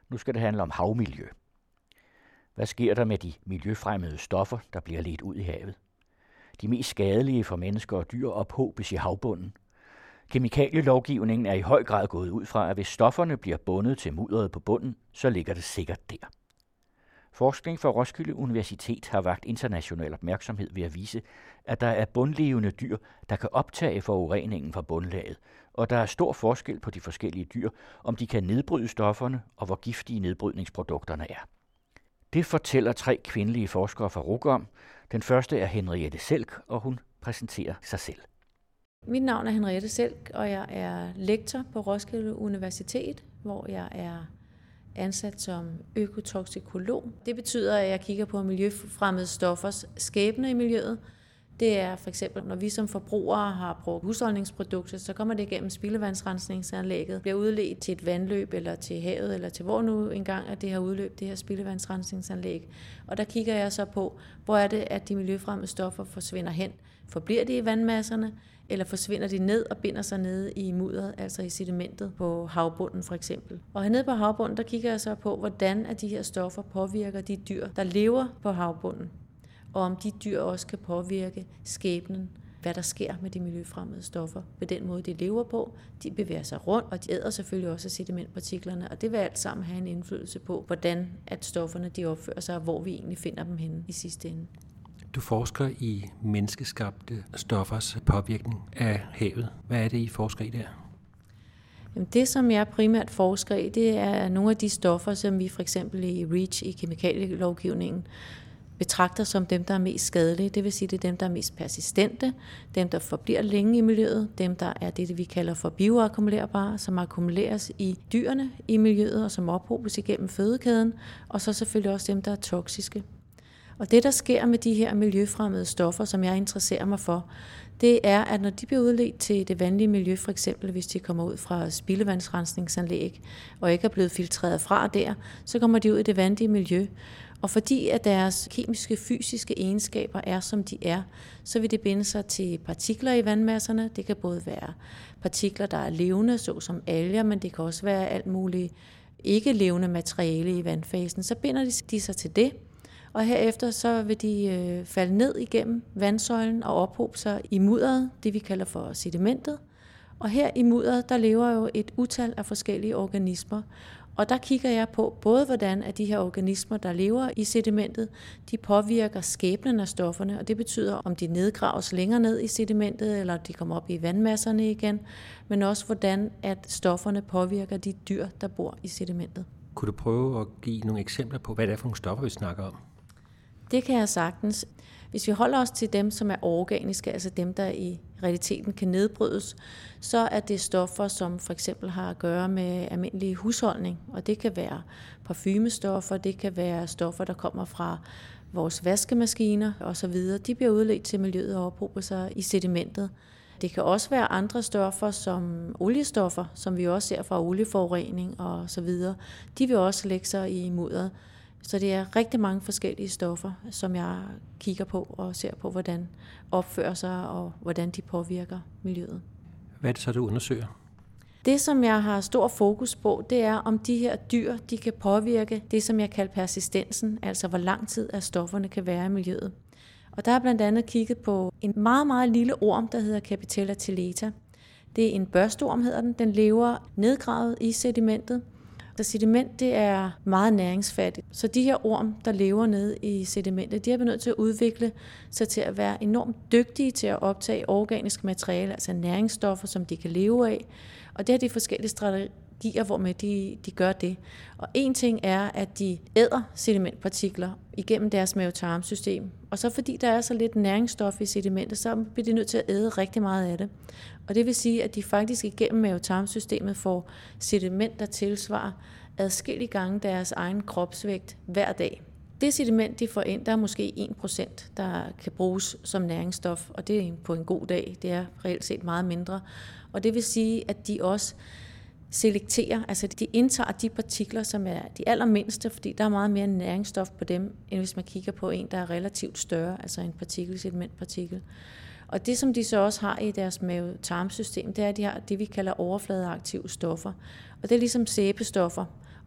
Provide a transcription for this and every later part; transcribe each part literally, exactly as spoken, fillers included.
Nu skal det handle om havmiljø. Hvad sker der med de miljøfremmede stoffer, der bliver ledt ud i havet? De mest skadelige for mennesker og dyr ophobes i havbunden. Kemikalielovgivningen er i høj grad gået ud fra, at hvis stofferne bliver bundet til mudderet på bunden, så ligger det sikkert der. Forskning fra Roskilde Universitet har vakt international opmærksomhed ved at vise, at der er bundlevende dyr, der kan optage forureningen fra bundlaget, og der er stor forskel på de forskellige dyr, om de kan nedbryde stofferne og hvor giftige nedbrydningsprodukterne er. Det fortæller tre kvindelige forskere fra R U C om. Den første er Henriette Selk, og hun præsenterer sig selv. Mit navn er Henriette Selk, og jeg er lektor på Roskilde Universitet, hvor jeg er ansat som økotoksikolog. Det betyder, at jeg kigger på miljøfremmede stoffers skæbne i miljøet. Det er for eksempel, når vi som forbrugere har brugt husholdningsprodukter, så kommer det igennem spildevandsrensningsanlægget, bliver udledt til et vandløb eller til havet, eller til hvor nu engang at det har udløb, det her spildevandsrensningsanlæg. Og der kigger jeg så på, hvor er det, at de miljøfremmede stoffer forsvinder hen. Forbliver de i vandmasserne, eller forsvinder de ned og binder sig nede i mudderet, altså i sedimentet på havbunden for eksempel. Og hernede på havbunden, der kigger jeg så på, hvordan at de her stoffer påvirker de dyr, der lever på havbunden. Og om de dyr også kan påvirke skæbnen, hvad der sker med de miljøfremmede stoffer. På den måde, de lever på, de bevæger sig rundt, og de æder selvfølgelig også sedimentpartiklerne, og det vil alt sammen have en indflydelse på, hvordan at stofferne de opfører sig, og hvor vi egentlig finder dem henne i sidste ende. Du forsker i menneskeskabte stoffers påvirkning af havet. Hvad er det, I forsker i der? Jamen det, som jeg primært forsker i, det er nogle af de stoffer, som vi for eksempel i REACH, i kemikalielovgivningen, betragter som dem, der er mest skadelige. Det vil sige, det er dem, der er mest persistente, dem, der forbliver længe i miljøet, dem, der er det, vi kalder for bioakkumulerbare, som akkumuleres i dyrene i miljøet og som ophobes igennem fødekæden, og så selvfølgelig også dem, der er toksiske. Og det, der sker med de her miljøfremmede stoffer, som jeg interesserer mig for, det er, at når de bliver udledt til det vandlige miljø, for eksempel hvis de kommer ud fra spildevandsrensningsanlæg og ikke er blevet filtreret fra der, så kommer de ud i det vandlige miljø. Og fordi at deres kemiske, fysiske egenskaber er, som de er, så vil det binde sig til partikler i vandmasserne. Det kan både være partikler, der er levende, såsom alger, men det kan også være alt muligt ikke-levende materiale i vandfasen. Så binder de sig til det, og herefter så vil de øh, falde ned igennem vandsøjlen og ophobe sig i mudderet, det vi kalder for sedimentet. Og her i mudderet, der lever jo et utal af forskellige organismer. Og der kigger jeg på både, hvordan at de her organismer, der lever i sedimentet, de påvirker skæbnen af stofferne, og det betyder, om de nedgraves længere ned i sedimentet, eller de kommer op i vandmasserne igen, men også hvordan at stofferne påvirker de dyr, der bor i sedimentet. Kunne du prøve at give nogle eksempler på, hvad det er for nogle stoffer, vi snakker om? Det kan jeg sagtens. Hvis vi holder os til dem, som er organiske, altså dem, der i realiteten kan nedbrydes, så er det stoffer, som for eksempel har at gøre med almindelig husholdning. Og det kan være parfumestoffer, det kan være stoffer, der kommer fra vores vaskemaskiner osv. De bliver udledt til miljøet og ophober sig i sedimentet. Det kan også være andre stoffer som oliestoffer, som vi også ser fra olieforurening og så videre. De vil også lægge sig i mudderet. Så det er rigtig mange forskellige stoffer, som jeg kigger på og ser på, hvordan opfører sig og hvordan de påvirker miljøet. Hvad er det så, du undersøger? Det, som jeg har stor fokus på, det er, om de her dyr de kan påvirke det, som jeg kalder persistensen, altså hvor lang tid at stofferne kan være i miljøet. Og der er blandt andet kigget på en meget, meget lille orm, der hedder Capitella teleta. Det er en børsteorm, hedder den. Den lever nedgravet i sedimentet. Så sediment, det er meget næringsfattigt. Så de her orm, der lever nede i sedimentet, de er nødt til at udvikle sig til at være enormt dygtige til at optage organisk materiale, altså næringsstoffer, som de kan leve af. Og det er de forskellige strategier, hvormed de, de gør det. Og en ting er, at de æder sedimentpartikler igennem deres mavetarmsystem. Og så fordi der er så lidt næringsstof i sedimentet, så bliver de nødt til at æde rigtig meget af det. Og det vil sige, at de faktisk igennem mavetarmsystemet får sediment, der tilsvarer adskillige gange deres egen kropsvægt hver dag. Det sediment, de får ind, der er måske en procent, der kan bruges som næringsstof, og det er på en god dag. Det er reelt set meget mindre. Og det vil sige, at de også selekterer, altså de indtager de partikler, som er de allermindste, fordi der er meget mere næringsstof på dem, end hvis man kigger på en, der er relativt større, altså en partikel, sedimentpartikel. Og det, som de så også har i deres mave-tarmsystem, det er, at de har det, vi kalder overfladeaktive stoffer. Og det er ligesom sæbestoffer.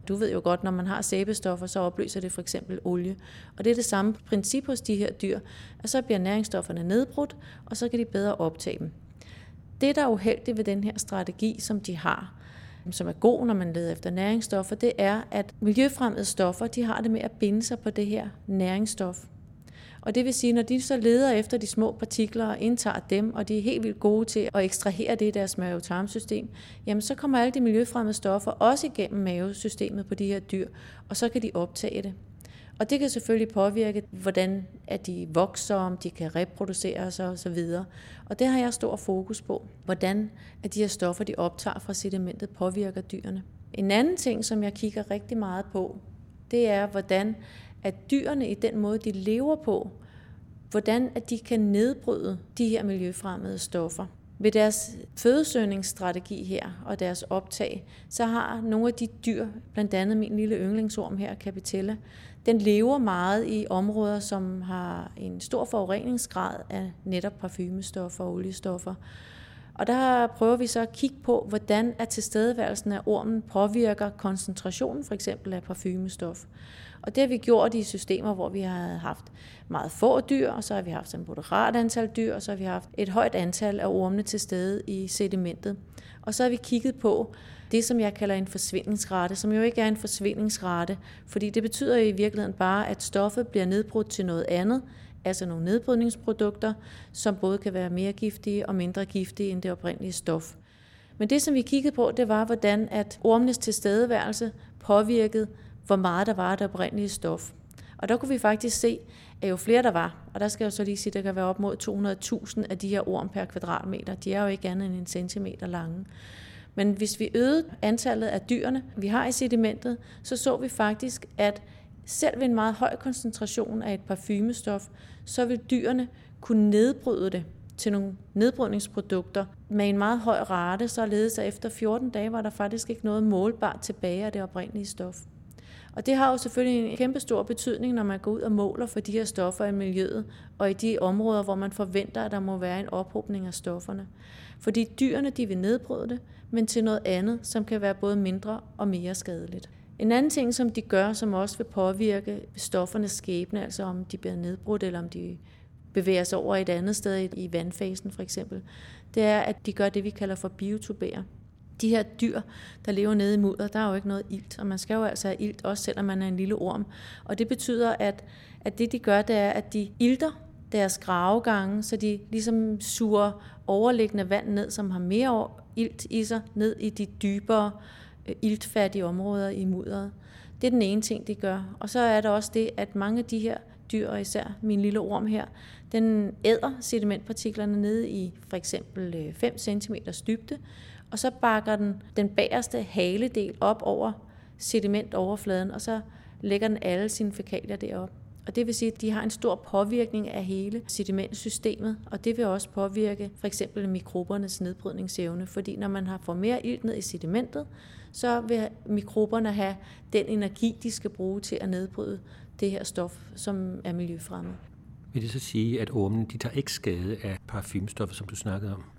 Du ved jo godt, når man har sæbestoffer, så opløser det for eksempel olie. Og det er det samme princip hos de her dyr, at så bliver næringsstofferne nedbrudt, og så kan de bedre optage dem. Det, der er uheldigt ved den her strategi, som de har, som er god, når man leder efter næringsstoffer, det er, at miljøfremmede stoffer, de har det med at binde sig på det her næringsstof. Og det vil sige, når de så leder efter de små partikler og indtager dem, og de er helt vildt gode til at ekstrahere det i deres mave-tarmsystem, jamen så kommer alle de miljøfremmede stoffer også igennem mavesystemet på de her dyr, og så kan de optage det. Og det kan selvfølgelig påvirke, hvordan at de vokser, om de kan reproducere sig osv. Og det har jeg stor fokus på, hvordan at de her stoffer, de optager fra sedimentet, påvirker dyrene. En anden ting, som jeg kigger rigtig meget på, det er, hvordan at dyrene i den måde, de lever på, hvordan at de kan nedbryde de her miljøfremmede stoffer. Ved deres fødesøgningsstrategi her og deres optag, så har nogle af de dyr, blandt andet min lille yndlingsorm her, Capitella, den lever meget i områder, som har en stor forureningsgrad af netop parfumestoffer og oliestoffer. Og der prøver vi så at kigge på, hvordan at tilstedeværelsen af ormen påvirker koncentrationen for eksempel af parfumestof. Og det har vi gjort i systemer, hvor vi har haft meget få dyr, og så har vi haft et moderat antal dyr, og så har vi haft et højt antal af ormene til stede i sedimentet. Og så har vi kigget på det, som jeg kalder en forsvindingsrate, som jo ikke er en forsvindingsrate, fordi det betyder i virkeligheden bare, at stoffet bliver nedbrudt til noget andet, altså nogle nedbrydningsprodukter, som både kan være mere giftige og mindre giftige end det oprindelige stof. Men det, som vi kiggede på, det var, hvordan at ormenes tilstedeværelse påvirkede, hvor meget der var af det oprindelige stof. Og der kunne vi faktisk se, at jo flere der var, og der skal jeg så lige sige, at der kan være op mod to hundrede tusind af de her orm per kvadratmeter. De er jo ikke andet end en centimeter lange. Men hvis vi øgede antallet af dyrene, vi har i sedimentet, så så vi faktisk, at selv ved en meget høj koncentration af et parfumestof, så vil dyrene kunne nedbryde det til nogle nedbrydningsprodukter med en meget høj rate, således at efter fjorten dage var der faktisk ikke noget målbart tilbage af det oprindelige stof. Og det har jo selvfølgelig en kæmpe stor betydning, når man går ud og måler for de her stoffer i miljøet, og i de områder, hvor man forventer, at der må være en ophobning af stofferne. Fordi dyrene, de vil nedbryde det, men til noget andet, som kan være både mindre og mere skadeligt. En anden ting, som de gør, som også vil påvirke stoffernes skæbne, altså om de bliver nedbrudt, eller om de bevæger sig over et andet sted i vandfasen for eksempel, det er, at de gør det, vi kalder for biotubere. De her dyr, der lever nede i mudder, der er jo ikke noget ilt, og man skal jo altså have ilt, også selvom man er en lille orm. Og det betyder, at, at det de gør, det er, at de ilter deres gravegange, så de ligesom suger overliggende vand ned, som har mere ilt i sig, ned i de dybere iltfattige områder i mudderet. Det er den ene ting, de gør. Og så er der også det, at mange af de her dyr, og især min lille orm her, den æder sedimentpartiklerne nede i for eksempel fem centimeter dybde, og så bakker den den bagerste haledel op over sedimentoverfladen, og så lægger den alle sine fækalier derop. Og det vil sige, at de har en stor påvirkning af hele sedimentsystemet, og det vil også påvirke for eksempel mikrobernes nedbrydningsevne, fordi når man har får mere ilt ned i sedimentet, så vil mikroberne have den energi, de skal bruge til at nedbryde det her stof, som er miljøfremmed. Vil det så sige, at ormene de tager ikke skade af parfumestoffer, som du snakkede om?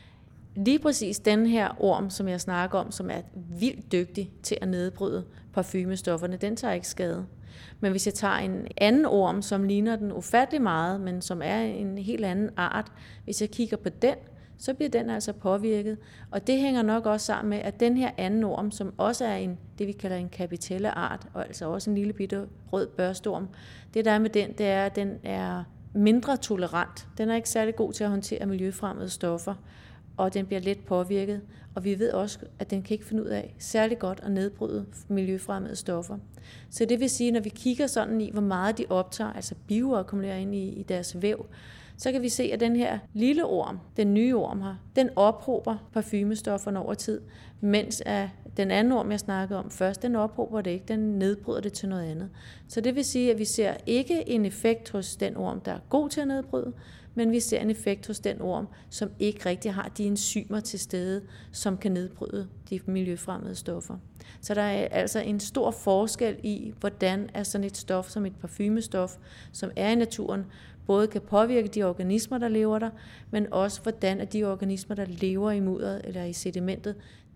Lige præcis den her orm, som jeg snakker om, som er vildt dygtig til at nedbryde parfumestofferne, den tager ikke skade. Men hvis jeg tager en anden orm, som ligner den ufattelig meget, men som er en helt anden art, hvis jeg kigger på den, så bliver den altså påvirket. Og det hænger nok også sammen med, at den her anden orm, som også er en, det vi kalder en Capitella-art, og altså også en lille bitte rød børstorm, det der er med den, det er, at den er mindre tolerant. Den er ikke særlig god til at håndtere miljøfremmede stoffer, og den bliver let påvirket. Og vi ved også, at den kan ikke finde ud af særlig godt at nedbryde miljøfremmede stoffer. Så det vil sige, når vi kigger sådan i, hvor meget de optager, altså bioakkumulerer ind i, i deres væv, så kan vi se, at den her lille orm, den nye orm her, den ophober parfumestofferne over tid, mens at den anden orm, jeg snakkede om først, den ophober det ikke, den nedbryder det til noget andet. Så det vil sige, at vi ser ikke en effekt hos den orm, der er god til at nedbryde, men vi ser en effekt hos den orm, som ikke rigtig har de enzymer til stede, som kan nedbryde de miljøfremmede stoffer. Så der er altså en stor forskel i, hvordan er sådan et stof som et parfumestof, som er i naturen, både kan påvirke de organismer, der lever der, men også hvordan er de organismer, der lever i mudderet eller i sedimentet,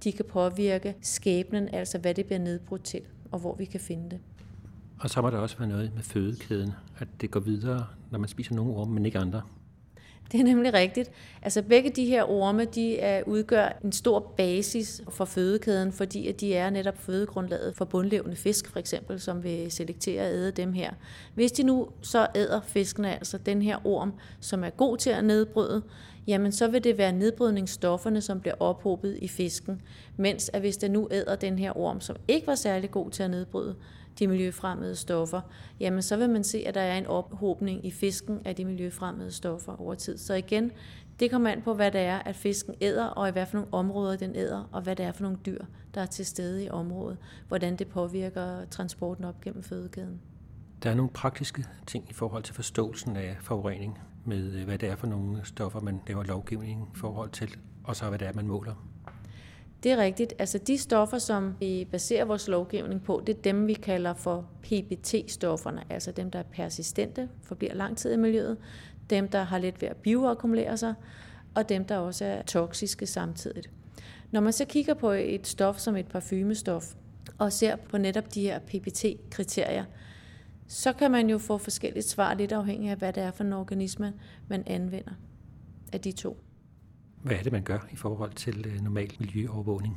de kan påvirke skæbnen, altså hvad det bliver nedbrudt til, og hvor vi kan finde det. Og så må der også være noget med fødekæden, at det går videre, når man spiser nogle orme, men ikke andre. Det er nemlig rigtigt. Altså begge de her orme, de er, udgør en stor basis for fødekæden, fordi at de er netop fødegrundlaget for bundlevende fisk, for eksempel, som vil selektere at æde dem her. Hvis de nu så æder fiskene, altså den her orm, som er god til at nedbryde, jamen så vil det være nedbrydningsstofferne, som bliver ophobet i fisken, mens at hvis den nu æder den her orm, som ikke var særlig god til at nedbryde de miljøfremmede stoffer, jamen så vil man se, at der er en ophobning i fisken af de miljøfremmede stoffer over tid. Så igen, det kommer an på, hvad det er, at fisken æder, og i hvad for nogle områder den æder, og hvad det er for nogle dyr, der er til stede i området, hvordan det påvirker transporten op gennem fødekæden. Der er nogle praktiske ting i forhold til forståelsen af forurening, med hvad det er for nogle stoffer, man laver lovgivning i forhold til, og så hvad det er, man måler. Det er rigtigt. Altså de stoffer, som vi baserer vores lovgivning på, det er dem, vi kalder for P B T-stofferne, altså dem, der er persistente, forbliver lang tid i miljøet, dem, der har let ved at bioakkumulere sig, og dem, der også er toksiske samtidigt. Når man så kigger på et stof som et parfumestof, og ser på netop de her P B T-kriterier, så kan man jo få forskelligt svar, lidt afhængig af, hvad det er for en organisme, man anvender af de to. Hvad er det, man gør i forhold til normal miljøovervågning?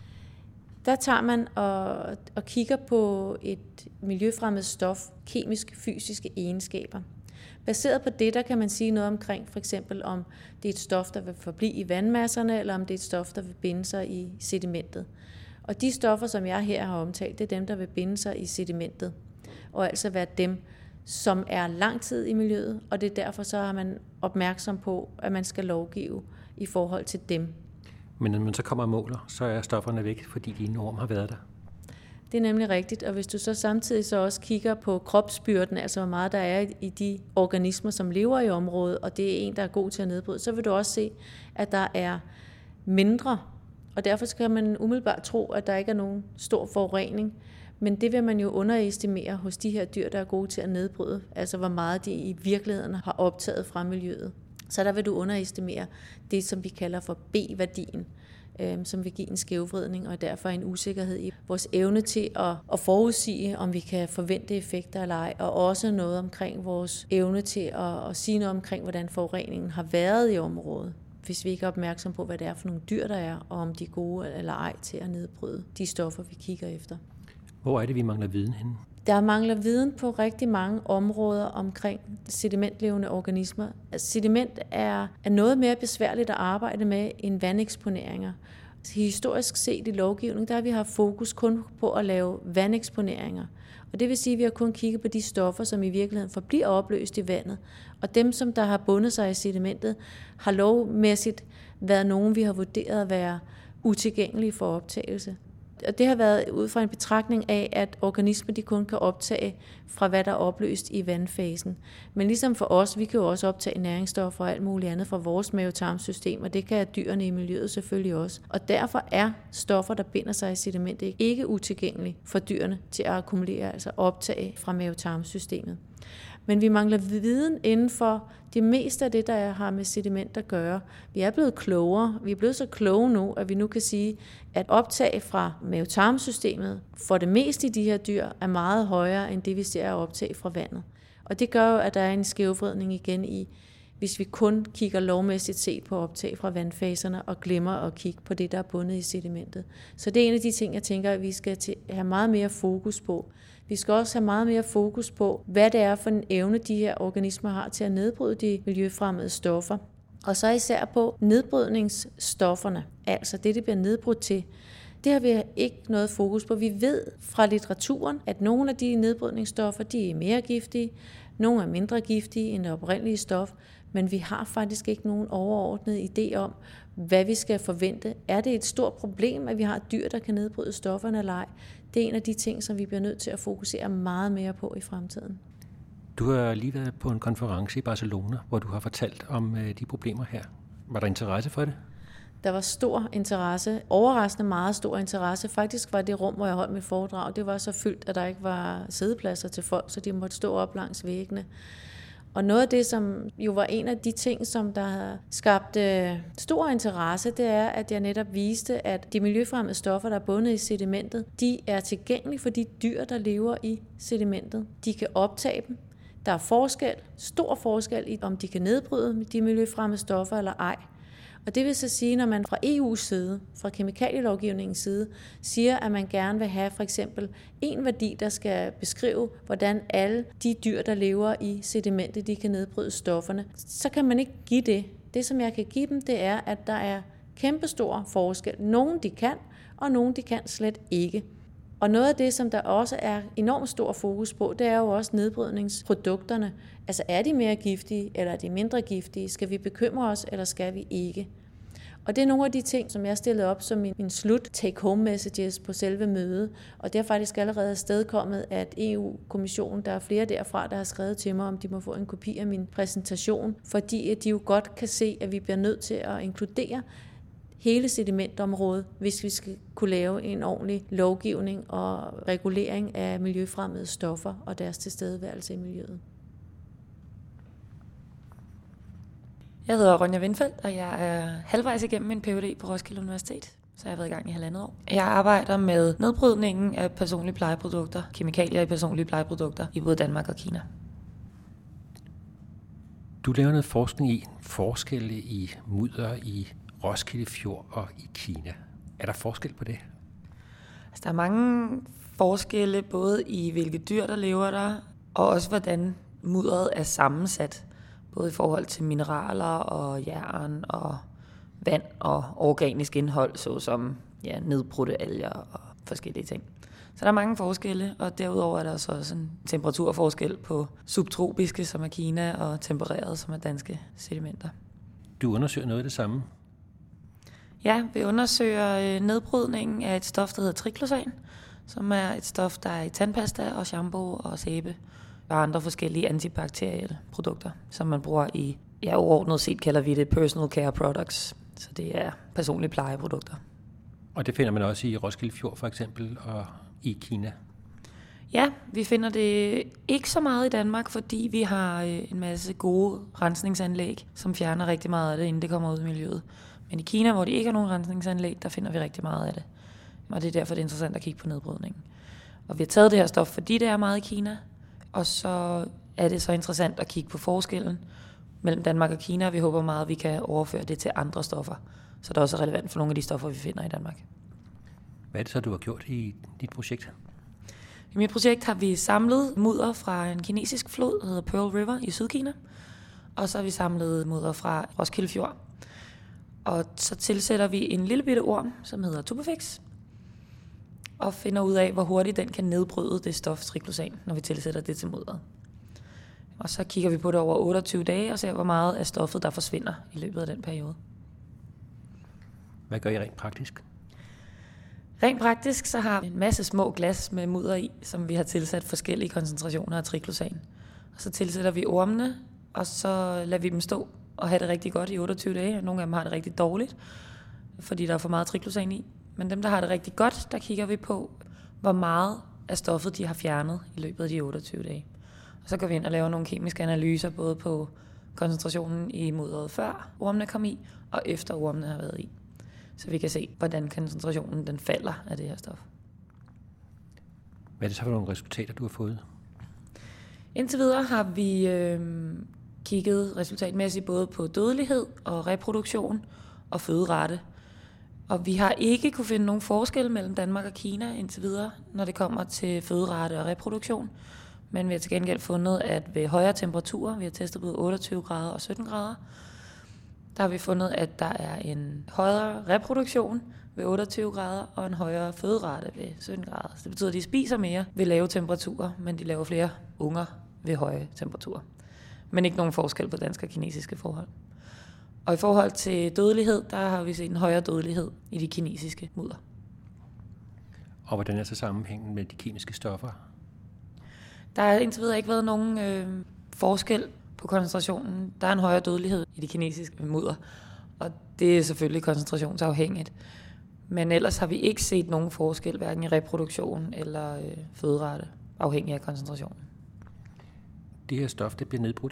Der tager man og, og kigger på et miljøfremmed stof, kemisk, fysiske egenskaber. Baseret på det, der kan man sige noget omkring, for eksempel om det er et stof, der vil forblive i vandmasserne, eller om det er et stof, der vil binde sig i sedimentet. Og de stoffer, som jeg her har omtalt, det er dem, der vil binde sig i sedimentet, og altså være dem, som er lang tid i miljøet, og det er derfor, så er man opmærksom på, at man skal lovgive i forhold til dem. Men når man så kommer og måler, så er stofferne væk, fordi din orm har været der. Det er nemlig rigtigt, og hvis du så samtidig så også kigger på kropsbyrden, altså hvor meget der er i de organismer, som lever i området, og det er en, der er god til at nedbryde, så vil du også se, at der er mindre, og derfor skal man umiddelbart tro, at der ikke er nogen stor forurening. Men det vil man jo underestimere hos de her dyr, der er gode til at nedbryde, altså hvor meget de i virkeligheden har optaget fra miljøet. Så der vil du underestimere det, som vi kalder for B-værdien, øh, som vil give en skævvridning og derfor en usikkerhed i vores evne til at, at forudsige, om vi kan forvente effekter eller ej, og også noget omkring vores evne til at, at sige noget omkring, hvordan forureningen har været i området, hvis vi ikke er opmærksom på, hvad det er for nogle dyr, der er, og om de er gode eller ej til at nedbryde de stoffer, vi kigger efter. Hvor er det, vi mangler viden henne? Der mangler viden på rigtig mange områder omkring sedimentlevende organismer. Altså, sediment er, er noget mere besværligt at arbejde med end vandeksponeringer. Historisk set i lovgivning, der har vi haft fokus kun på at lave vandeksponeringer. Og det vil sige, at vi har kun kigget på de stoffer, som i virkeligheden forbliver opløst i vandet. Og dem, som der har bundet sig i sedimentet, har lovmæssigt været nogen, vi har vurderet at være utilgængelige for optagelse. Og det har været ud fra en betragtning af, at organismer de kun kan optage fra, hvad der er opløst i vandfasen. Men ligesom for os, vi kan jo også optage næringsstoffer og alt muligt andet fra vores mavetarmsystem, og det kan dyrene i miljøet selvfølgelig også. Og derfor er stoffer, der binder sig i sedimentet, ikke utilgængelige for dyrene til at akkumulere, altså optage fra mavetarmsystemet. Men vi mangler viden inden for det meste af det, der har med sediment at gøre. Vi er blevet klogere. Vi er blevet så kloge nu, at vi nu kan sige, at optag fra mavetarmsystemet for det meste i de her dyr er meget højere, end det vi ser optag fra vandet. Og det gør jo, at der er en skævvridning igen i, hvis vi kun kigger lovmæssigt set på optag fra vandfaserne og glemmer at kigge på det, der er bundet i sedimentet. Så det er en af de ting, jeg tænker, at vi skal have meget mere fokus på. Vi skal også have meget mere fokus på, hvad det er for en evne, de her organismer har til at nedbryde de miljøfremmede stoffer. Og så især på nedbrydningsstofferne, altså det, det bliver nedbrudt til. Det har vi ikke noget fokus på. Vi ved fra litteraturen, at nogle af de nedbrydningsstoffer, de er mere giftige, nogle er mindre giftige end det oprindelige stof, men vi har faktisk ikke nogen overordnet idé om, hvad vi skal forvente. Er det et stort problem, at vi har dyr, der kan nedbryde stofferne eller ej? Det er en af de ting, som vi bliver nødt til at fokusere meget mere på i fremtiden. Du har lige været på en konference i Barcelona, hvor du har fortalt om de problemer her. Var der interesse for det? Der var stor interesse, overraskende meget stor interesse. Faktisk var det rum, hvor jeg holdt mit foredrag, det var så fyldt, at der ikke var siddepladser til folk, så de måtte stå op langs væggene. Og noget af det, som jo var en af de ting, som der har skabt øh, stor interesse, det er, at jeg netop viste, at de miljøfremmede stoffer, der er bundet i sedimentet, de er tilgængelige for de dyr, der lever i sedimentet. De kan optage dem. Der er forskel, stor forskel i, om de kan nedbryde de miljøfremmede stoffer eller ej. Og det vil så sige, når man fra E U's side, fra kemikalielovgivningens side, siger, at man gerne vil have for eksempel en værdi, der skal beskrive, hvordan alle de dyr, der lever i sedimentet, de kan nedbryde stofferne, så kan man ikke give det. Det, som jeg kan give dem, det er, at der er kæmpestor forskel. Nogle de kan, og nogle de kan slet ikke. Og noget af det, som der også er enormt stor fokus på, det er jo også nedbrydningsprodukterne. Altså er de mere giftige, eller er de mindre giftige? Skal vi bekymre os, eller skal vi ikke? Og det er nogle af de ting, som jeg stillede op som min, min slut take-home messages på selve mødet. Og det er faktisk allerede afstedkommet, at E U-kommissionen, der er flere derfra, der har skrevet til mig, om de må få en kopi af min præsentation, fordi de jo godt kan se, at vi bliver nødt til at inkludere hele sedimentområdet, hvis vi skal kunne lave en ordentlig lovgivning og regulering af miljøfremmede stoffer og deres tilstedeværelse i miljøet. Jeg hedder Ronja Windfeldt, og jeg er halvvejs igennem min P H D på Roskilde Universitet, så jeg har været i gang i halvandet år. Jeg arbejder med nedbrydningen af personlige plejeprodukter, kemikalier i personlige plejeprodukter i både Danmark og Kina. Du laver noget forskning i forskelle i mudder i Roskilde Fjord og i Kina. Er der forskel på det? Altså, der er mange forskelle både i hvilke dyr, der lever der, og også hvordan mudderet er sammensat. Både i forhold til mineraler og jern og vand og organisk indhold, såsom ja, nedbrudte alger og forskellige ting. Så der er mange forskelle, og derudover er der så også en temperaturforskel på subtropiske, som er Kina, og tempereret, som er danske sedimenter. Du undersøger noget af det samme? Ja, vi undersøger nedbrydningen af et stof, der hedder triclosan, som er et stof, der er i tandpasta og shampoo og sæbe og andre forskellige antibakterielle produkter, som man bruger i, ja, overordnet set kalder vi det personal care products, så det er personlige plejeprodukter. Og det finder man også i Roskilde Fjord for eksempel og i Kina? Ja, vi finder det ikke så meget i Danmark, fordi vi har en masse gode rensningsanlæg, som fjerner rigtig meget af det, inden det kommer ud i miljøet. Men i Kina, hvor de ikke har nogen rensningsanlæg, der finder vi rigtig meget af det. Og det er derfor, det er interessant at kigge på nedbrydningen. Og vi har taget det her stof, fordi det er meget i Kina, og så er det så interessant at kigge på forskellen mellem Danmark og Kina, og vi håber meget, at vi kan overføre det til andre stoffer, så det er også relevant for nogle af de stoffer, vi finder i Danmark. Hvad er det så, du har gjort i dit projekt? I mit projekt har vi samlet mudder fra en kinesisk flod, der hedder Pearl River i Sydkina, og så har vi samlet mudder fra Roskilde Fjord. Og så tilsætter vi en lille bitte orm, som hedder Tubifex, og finder ud af, hvor hurtigt den kan nedbryde det stof triclosan, når vi tilsætter det til mudderet. Og så kigger vi på det over otteogtyve dage og ser, hvor meget af stoffet, der forsvinder i løbet af den periode. Hvad gør I rent praktisk? Rent praktisk så har vi en masse små glas med mudder i, som vi har tilsat forskellige koncentrationer af triclosan. Og så tilsætter vi ormene, og så lader vi dem stå og have det rigtig godt i otteogtyve dage. Nogle af dem har det rigtig dårligt, fordi der er for meget triclosan i. Men dem, der har det rigtig godt, der kigger vi på, hvor meget af stoffet de har fjernet i løbet af de otteogtyve dage. Og så går vi ind og laver nogle kemiske analyser, både på koncentrationen i mudderet før ormene kom i, og efter ormene har været i. Så vi kan se, hvordan koncentrationen den falder af det her stof. Hvad er det så for nogle resultater, du har fået? Indtil videre har vi øh, kigget resultatmæssigt både på dødelighed og reproduktion og føderate. Og vi har ikke kunne finde nogen forskel mellem Danmark og Kina indtil videre, når det kommer til føderate og reproduktion. Men vi har til gengæld fundet, at ved højere temperaturer, vi har testet både otteogtyve grader og sytten grader, der har vi fundet, at der er en højere reproduktion ved otteogtyve grader og en højere føderate ved sytten grader. Så det betyder, at de spiser mere ved lave temperaturer, men de laver flere unger ved høje temperaturer. Men ikke nogen forskel på danske og kinesiske forhold. Og i forhold til dødelighed, der har vi set en højere dødelighed i de kinesiske mudder. Og hvordan er så sammenhængen med de kemiske stoffer? Der har indtil videre ikke været nogen øh, forskel på koncentrationen. Der er en højere dødelighed i de kinesiske mudder, og det er selvfølgelig koncentrationsafhængigt. Men ellers har vi ikke set nogen forskel, hverken i reproduktion eller øh, føderate, afhængig af koncentrationen. Det her stof, det bliver nedbrudt.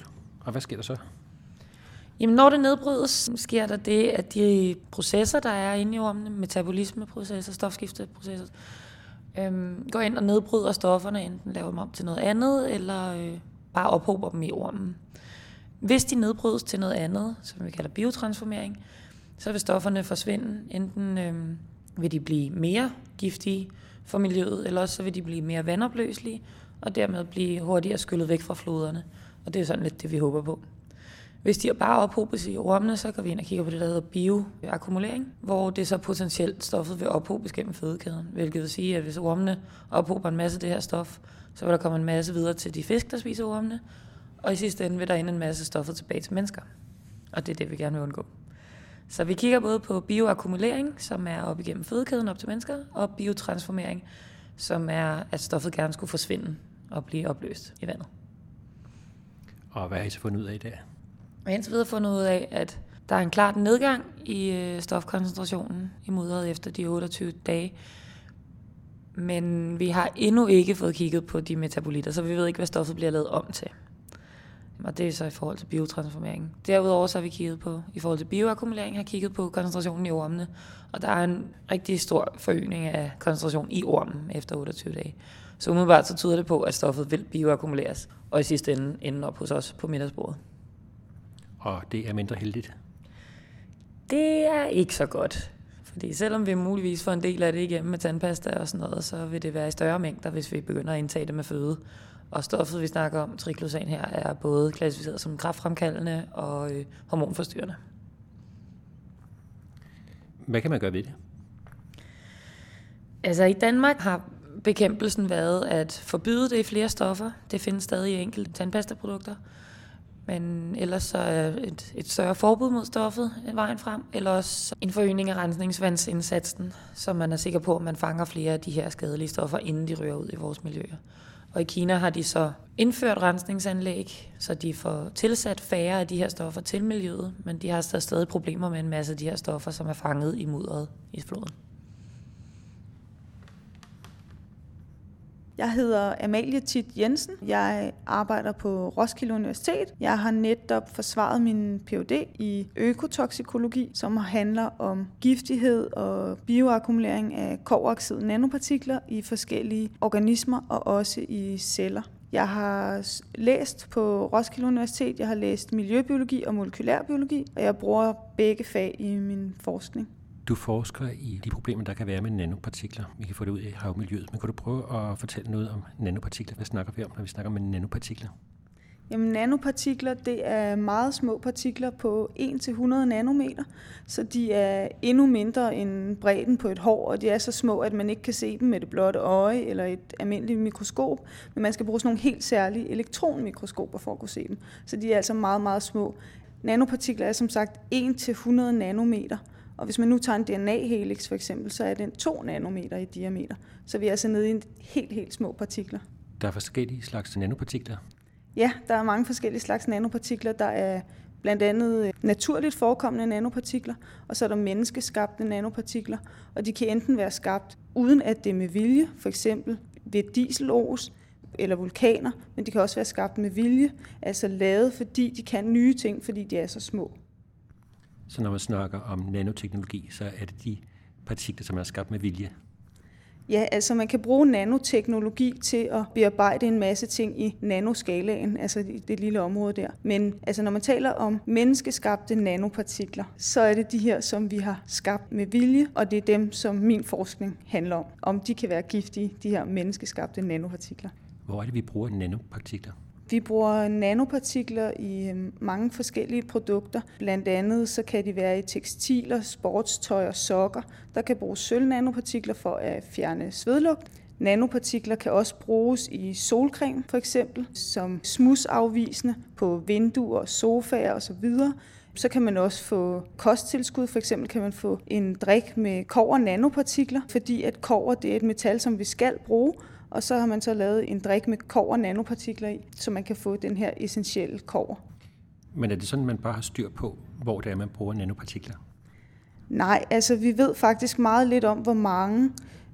Og hvad sker der så? Jamen, når det nedbrydes, sker der det, at de processer, der er inde i ormene, metabolismeprocesser, stofskifteprocesser, øhm, går ind og nedbryder stofferne, enten laver dem om til noget andet, eller øh, bare ophober dem i ormen. Hvis de nedbrydes til noget andet, som vi kalder biotransformering, så vil stofferne forsvinde. Enten øh, vil de blive mere giftige for miljøet, eller også så vil de blive mere vandopløselige, og dermed blive hurtigere skyllet væk fra floderne. Og det er sådan lidt det, vi håber på. Hvis de bare ophobes i ormene, så går vi ind og kigger på det, der hedder bioakkumulering, hvor det så potentielt stoffet vil ophobes gennem fødekæden. Hvilket vil sige, at hvis ormene ophober en masse af det her stof, så vil der komme en masse videre til de fisk, der spiser ormene, og i sidste ende vil der ind en masse stoffer tilbage til mennesker. Og det er det, vi gerne vil undgå. Så vi kigger både på bioakkumulering, som er op igennem fødekæden op til mennesker, og biotransformering, som er, at stoffet gerne skulle forsvinde og blive opløst i vandet. Og hvad har I så fundet ud af i dag? Og indtil videre fundet ud af, at der er en klart nedgang i stofkoncentrationen i mudderet efter de otteogtyve dage. Men vi har endnu ikke fået kigget på de metabolitter, så vi ved ikke, hvad stoffet bliver lavet om til. Og det er så i forhold til biotransformering. Derudover så har vi kigget på, i forhold til bioakkumulering, har kigget på koncentrationen i ormene. Og der er en rigtig stor forøgning af koncentrationen i ormen efter otteogtyve dage. Så umiddelbart så tyder det på, at stoffet vil bioakkumuleres, og i sidste ende ende op hos os på middagsbordet. Og det er mindre heldigt? Det er ikke så godt. Fordi selvom vi muligvis får en del af det igennem med tandpasta og sådan noget, så vil det være i større mængder, hvis vi begynder at indtage det med føde. Og stoffet, vi snakker om, triclosan her, er både klassificeret som kræftfremkaldende og øh, hormonforstyrrende. Hvad kan man gøre ved det? Altså i Danmark har bekæmpelsen været at forbyde det i flere stoffer. Det findes stadig i enkelte tandpastaprodukter. Men ellers så er et, et større forbud mod stoffet vejen frem, eller også en forøgning af rensningsvandsindsatsen, så man er sikker på, at man fanger flere af de her skadelige stoffer, inden de rører ud i vores miljøer. Og i Kina har de så indført rensningsanlæg, så de får tilsat færre af de her stoffer til miljøet, men de har stadig problemer med en masse af de her stoffer, som er fanget i mudderet i floden. Jeg hedder Amalie Tit Jensen. Jeg arbejder på Roskilde Universitet. Jeg har netop forsvaret min P H D i økotoksikologi, som handler om giftighed og bioakkumulering af kobberoxid nanopartikler i forskellige organismer og også i celler. Jeg har læst på Roskilde Universitet. Jeg har læst miljøbiologi og molekylærbiologi, og jeg bruger begge fag i min forskning. Du forsker i de problemer, der kan være med nanopartikler. Vi kan få det ud i havmiljøet. Men kan du prøve at fortælle noget om nanopartikler? Hvad snakker vi om, når vi snakker om nanopartikler? Jamen, nanopartikler, det er meget små partikler på en til hundrede nanometer, så de er endnu mindre end bredden på et hår, og de er så små, at man ikke kan se dem med det blotte øje eller et almindeligt mikroskop, men man skal bruge sådan nogle helt særlige elektronmikroskoper for at kunne se dem. Så de er altså meget, meget små. Nanopartikler er som sagt en til hundrede nanometer, og hvis man nu tager en D N A-helix for eksempel, så er den to nanometer i diameter. Så vi er altså nede i helt, helt små partikler. Der er forskellige slags nanopartikler? Ja, der er mange forskellige slags nanopartikler. Der er blandt andet naturligt forekommende nanopartikler, og så er der menneskeskabte nanopartikler. Og de kan enten være skabt uden at det er med vilje, for eksempel ved dieselos eller vulkaner, men de kan også være skabt med vilje, altså lavet, fordi de kan nye ting, fordi de er så små. Så når man snakker om nanoteknologi, så er det de partikler, som er skabt med vilje? Ja, altså man kan bruge nanoteknologi til at bearbejde en masse ting i nanoskalaen, altså i det lille område der. Men altså når man taler om menneskeskabte nanopartikler, så er det de her, som vi har skabt med vilje, og det er dem, som min forskning handler om. Om de kan være giftige, de her menneskeskabte nanopartikler. Hvor er det, vi bruger nanopartikler? Vi bruger nanopartikler i mange forskellige produkter. Blandt andet så kan de være i tekstiler, sportstøj og sokker. Der kan bruges sølv-nanopartikler for at fjerne svedlugt. Nanopartikler kan også bruges i solcreme for eksempel, som smudsafvisende på vinduer, sofaer osv. Så kan man også få kosttilskud. For eksempel kan man få en drik med kobber-nanopartikler, fordi at kobber det er et metal, som vi skal bruge. Og så har man så lavet en drik med kobber-nanopartikler i, så man kan få den her essentielle kobber. Men er det sådan, at man bare har styr på, hvor det er, man bruger nanopartikler? Nej, altså vi ved faktisk meget lidt om, hvor mange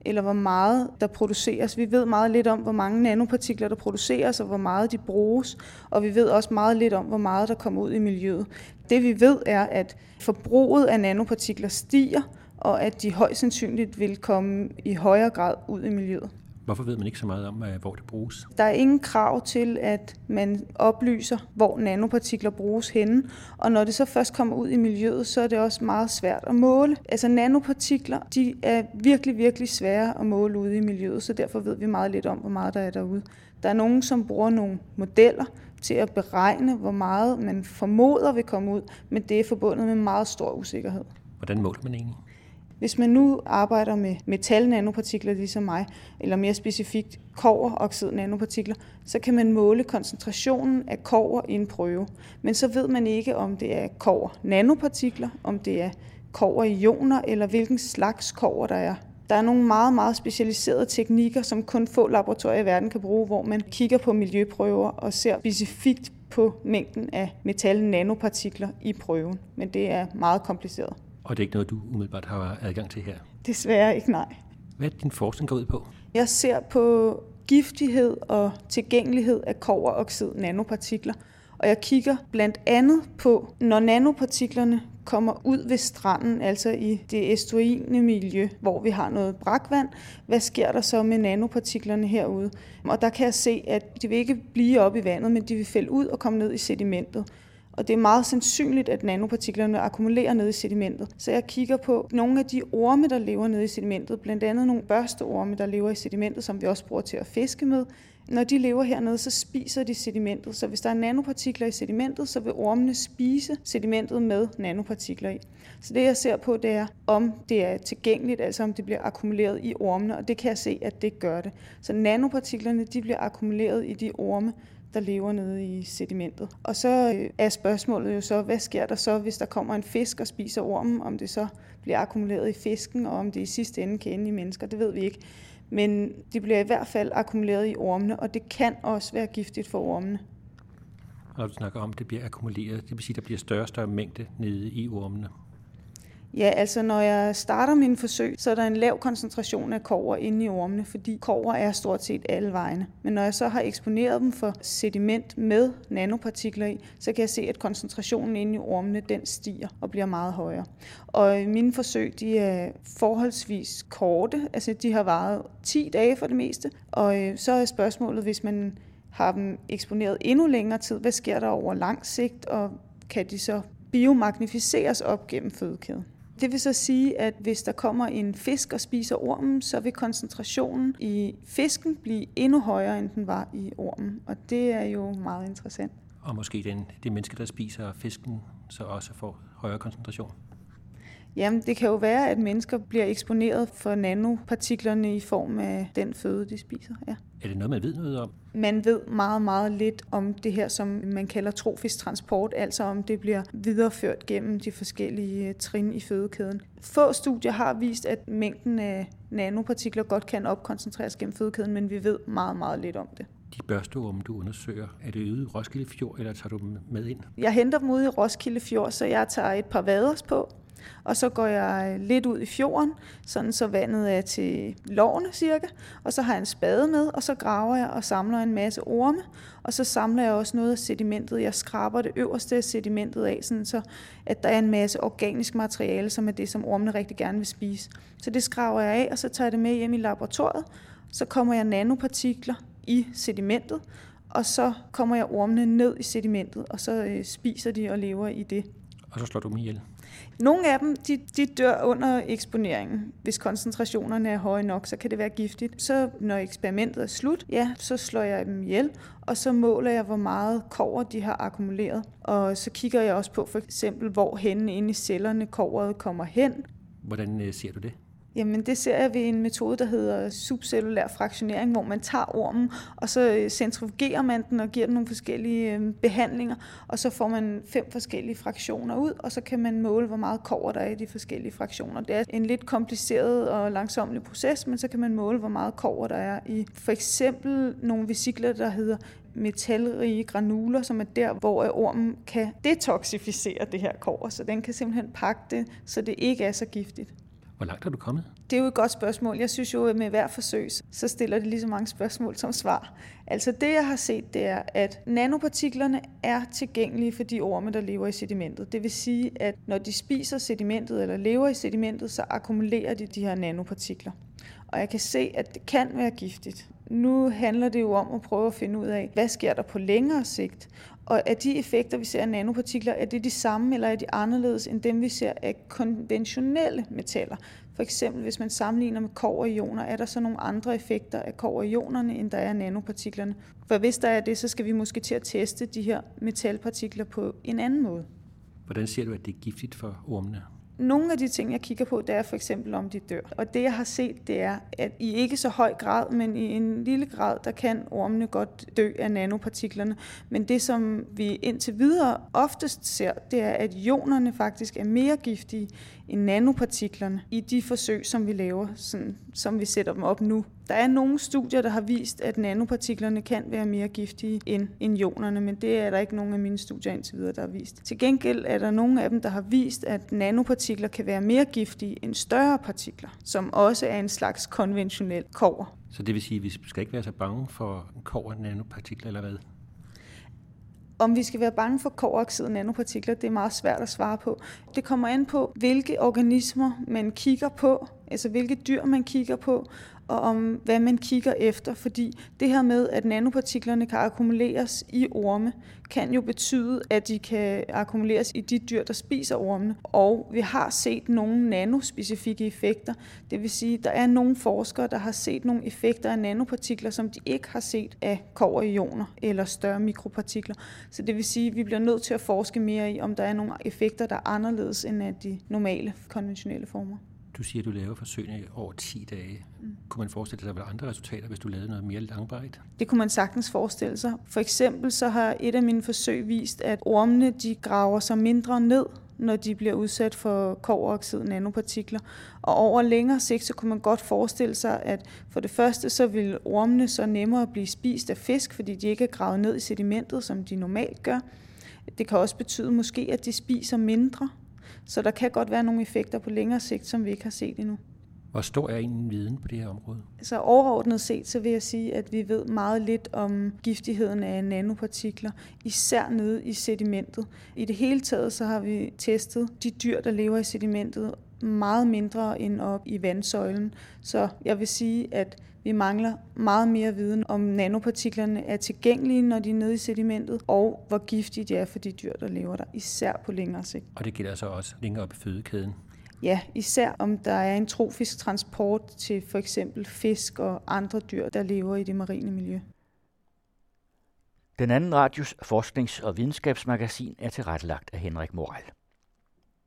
eller hvor meget der produceres. Vi ved meget lidt om, hvor mange nanopartikler der produceres, og hvor meget de bruges, og vi ved også meget lidt om, hvor meget der kommer ud i miljøet. Det vi ved er, at forbruget af nanopartikler stiger, og at de højst sandsynligt vil komme i højere grad ud i miljøet. Hvorfor ved man ikke så meget om, hvor det bruges? Der er ingen krav til, at man oplyser, hvor nanopartikler bruges henne. Og når det så først kommer ud i miljøet, så er det også meget svært at måle. Altså nanopartikler, de er virkelig, virkelig svære at måle ude i miljøet, så derfor ved vi meget lidt om, hvor meget der er derude. Der er nogen, som bruger nogle modeller til at beregne, hvor meget man formoder vil komme ud, men det er forbundet med meget stor usikkerhed. Hvordan måler man egentlig? Hvis man nu arbejder med metal-nanopartikler ligesom mig, eller mere specifikt kobber-oxid-nanopartikler, så kan man måle koncentrationen af kobber i en prøve. Men så ved man ikke, om det er kobber-nanopartikler, om det er kobber-ioner, eller hvilken slags kobber der er. Der er nogle meget, meget specialiserede teknikker, som kun få laboratorier i verden kan bruge, hvor man kigger på miljøprøver og ser specifikt på mængden af metal-nanopartikler i prøven. Men det er meget kompliceret. Og det er ikke noget, du umiddelbart har adgang til her? Desværre ikke, nej. Hvad er din forskning går ud på? Jeg ser på giftighed og tilgængelighed af kobberoxid-nanopartikler. Og jeg kigger blandt andet på, når nanopartiklerne kommer ud ved stranden, altså i det estuarine miljø, hvor vi har noget brakvand, hvad sker der så med nanopartiklerne herude? Og der kan jeg se, at de vil ikke blive oppe i vandet, men de vil fælde ud og komme ned i sedimentet. Og det er meget sandsynligt, at nanopartiklerne akkumulerer nede i sedimentet. Så jeg kigger på nogle af de orme, der lever nede i sedimentet, blandt andet nogle børsteorme, der lever i sedimentet, som vi også bruger til at fiske med. Når de lever hernede, så spiser de sedimentet. Så hvis der er nanopartikler i sedimentet, så vil ormene spise sedimentet med nanopartikler i. Så det jeg ser på, det er, om det er tilgængeligt, altså om det bliver akkumuleret i ormene, og det kan jeg se, at det gør det. Så nanopartiklerne, de bliver akkumuleret i de orme, der lever nede i sedimentet. Og så er spørgsmålet jo så, hvad sker der så, hvis der kommer en fisk og spiser ormen, om det så bliver akkumuleret i fisken, og om det i sidste ende kan ende i mennesker, det ved vi ikke. Men de bliver i hvert fald akkumuleret i ormene, og det kan også være giftigt for ormene. Når du snakker om, at det bliver akkumuleret, det vil sige, at der bliver større og større mængde nede i ormene? Ja, altså når jeg starter mine forsøg, så er der en lav koncentration af kobber inde i ormene, fordi kobber er stort set alle vejene. Men når jeg så har eksponeret dem for sediment med nanopartikler i, så kan jeg se, at koncentrationen inde i ormene, den stiger og bliver meget højere. Og mine forsøg, de er forholdsvis korte, altså de har varet ti dage for det meste. Og så er spørgsmålet, hvis man har dem eksponeret endnu længere tid, hvad sker der over lang sigt, og kan de så biomagnificeres op gennem fødekæden? Det vil så sige, at hvis der kommer en fisk og spiser ormen, så vil koncentrationen i fisken blive endnu højere, end den var i ormen. Og det er jo meget interessant. Og måske den, de mennesker, der spiser fisken, så også får højere koncentration? Jamen, det kan jo være, at mennesker bliver eksponeret for nanopartiklerne i form af den føde, de spiser. Ja. Er det noget, man ved noget om? Man ved meget, meget lidt om det her, som man kalder trofisk transport, altså om det bliver videreført gennem de forskellige trin i fødekæden. Få studier har vist, at mængden af nanopartikler godt kan opkoncentreres gennem fødekæden, men vi ved meget, meget lidt om det. De børsteorme, du undersøger, er det ude i Roskilde Fjord, eller tager du dem med ind? Jeg henter dem ude i Roskilde Fjord, så jeg tager et par vaders på. Og så går jeg lidt ud i fjorden, sådan så vandet er til lårene cirka. Og så har jeg en spade med, og så graver jeg og samler en masse orme. Og så samler jeg også noget af sedimentet. Jeg skraber det øverste af sedimentet af, sådan så at der er en masse organisk materiale, som er det, som ormene rigtig gerne vil spise. Så det skraber jeg af, og så tager jeg det med hjem i laboratoriet. Så kommer jeg nanopartikler i sedimentet, og så kommer jeg ormene ned i sedimentet, og så øh, spiser de og lever i det. Og så slår du dem ihjel? Nogle af dem, de, de dør under eksponeringen. Hvis koncentrationerne er høje nok, så kan det være giftigt. Så når eksperimentet er slut, ja, så slår jeg dem ihjel, og så måler jeg, hvor meget kobber de har akkumuleret. Og så kigger jeg også på for eksempel, hvor henne inde i cellerne kobberet kommer hen. Hvordan ser du det? Jamen det ser jeg ved en metode, der hedder subcellulær fraktionering, hvor man tager ormen, og så centrifugerer man den og giver den nogle forskellige behandlinger, og så får man fem forskellige fraktioner ud, og så kan man måle, hvor meget kobber der er i de forskellige fraktioner. Det er en lidt kompliceret og langsomlig proces, men så kan man måle, hvor meget kobber der er i for eksempel nogle vesikler, der hedder metalrige granuler, som er der, hvor ormen kan detoxificere det her kobber, så den kan simpelthen pakke det, så det ikke er så giftigt. Hvor langt er du kommet? Det er jo et godt spørgsmål. Jeg synes jo, at med hver forsøg, så stiller det lige så mange spørgsmål som svar. Altså det, jeg har set, det er, at nanopartiklerne er tilgængelige for de orme, der lever i sedimentet. Det vil sige, at når de spiser sedimentet eller lever i sedimentet, så akkumulerer de de her nanopartikler. Og jeg kan se, at det kan være giftigt. Nu handler det jo om at prøve at finde ud af, hvad sker der på længere sigt. Og er de effekter, vi ser af nanopartikler, er det de samme, eller er de anderledes end dem, vi ser af konventionelle metaller? For eksempel, hvis man sammenligner med kobberioner, er der så nogle andre effekter af kobberionerne, end der er af nanopartiklerne? For hvis der er det, så skal vi måske til at teste de her metalpartikler på en anden måde. Hvordan ser du, at det er giftigt for ormene? Nogle af de ting, jeg kigger på, det er for eksempel, om de dør. Og det, jeg har set, det er, at i ikke så høj grad, men i en lille grad, der kan ormene godt dø af nanopartiklerne. Men det, som vi indtil videre oftest ser, det er, at ionerne faktisk er mere giftige end nanopartiklerne i de forsøg, som vi laver, sådan, som vi sætter dem op nu. Der er nogle studier, der har vist, at nanopartiklerne kan være mere giftige end, end ionerne, men det er der ikke nogen af mine studier indtil videre, der har vist. Til gengæld er der nogle af dem, der har vist, at nanopartikler kan være mere giftige end større partikler, som også er en slags konventionel kobber. Så det vil sige, at vi skal ikke være så bange for kobber nanopartikler eller hvad? Om vi skal være bange for kobberoxid nanopartikler, det er meget svært at svare på. Det kommer an på, hvilke organismer man kigger på, altså hvilke dyr man kigger på, og om hvad man kigger efter, fordi det her med, at nanopartiklerne kan akkumuleres i orme, kan jo betyde, at de kan akkumuleres i de dyr, der spiser ormene. Og vi har set nogle nanospecifikke effekter, det vil sige, at der er nogle forskere, der har set nogle effekter af nanopartikler, som de ikke har set af kobberioner eller større mikropartikler. Så det vil sige, at vi bliver nødt til at forske mere i, om der er nogle effekter, der er anderledes end af de normale, konventionelle former. Du siger, at du laver forsøgene i over ti dage. Mm. Kunne man forestille sig, at der var andre resultater, hvis du lavede noget mere langvarigt? Det kunne man sagtens forestille sig. For eksempel så har et af mine forsøg vist, at ormene de graver sig mindre ned, når de bliver udsat for kobberoxid nanopartikler. Og over længere sigt, så kunne man godt forestille sig, at for det første, så vil ormene så nemmere blive spist af fisk, fordi de ikke er gravet ned i sedimentet, som de normalt gør. Det kan også betyde måske, at de spiser mindre. Så der kan godt være nogle effekter på længere sigt, som vi ikke har set endnu. Hvor stor er egentlig viden på det her område? Så overordnet set, så vil jeg sige, at vi ved meget lidt om giftigheden af nanopartikler, især nede i sedimentet. I det hele taget så har vi testet de dyr, der lever i sedimentet, meget mindre end op i vandsøjlen. Så jeg vil sige, at vi mangler meget mere viden om nanopartiklerne er tilgængelige, når de er nede i sedimentet, og hvor giftige de er for de dyr, der lever der, især på længere sigt. Og det gælder så også længere op i fødekæden? Ja, især om der er en trofisk transport til for eksempel fisk og andre dyr, der lever i det marine miljø. Den anden radios forsknings- og videnskabsmagasin er tilrettelagt af Henrik Moral.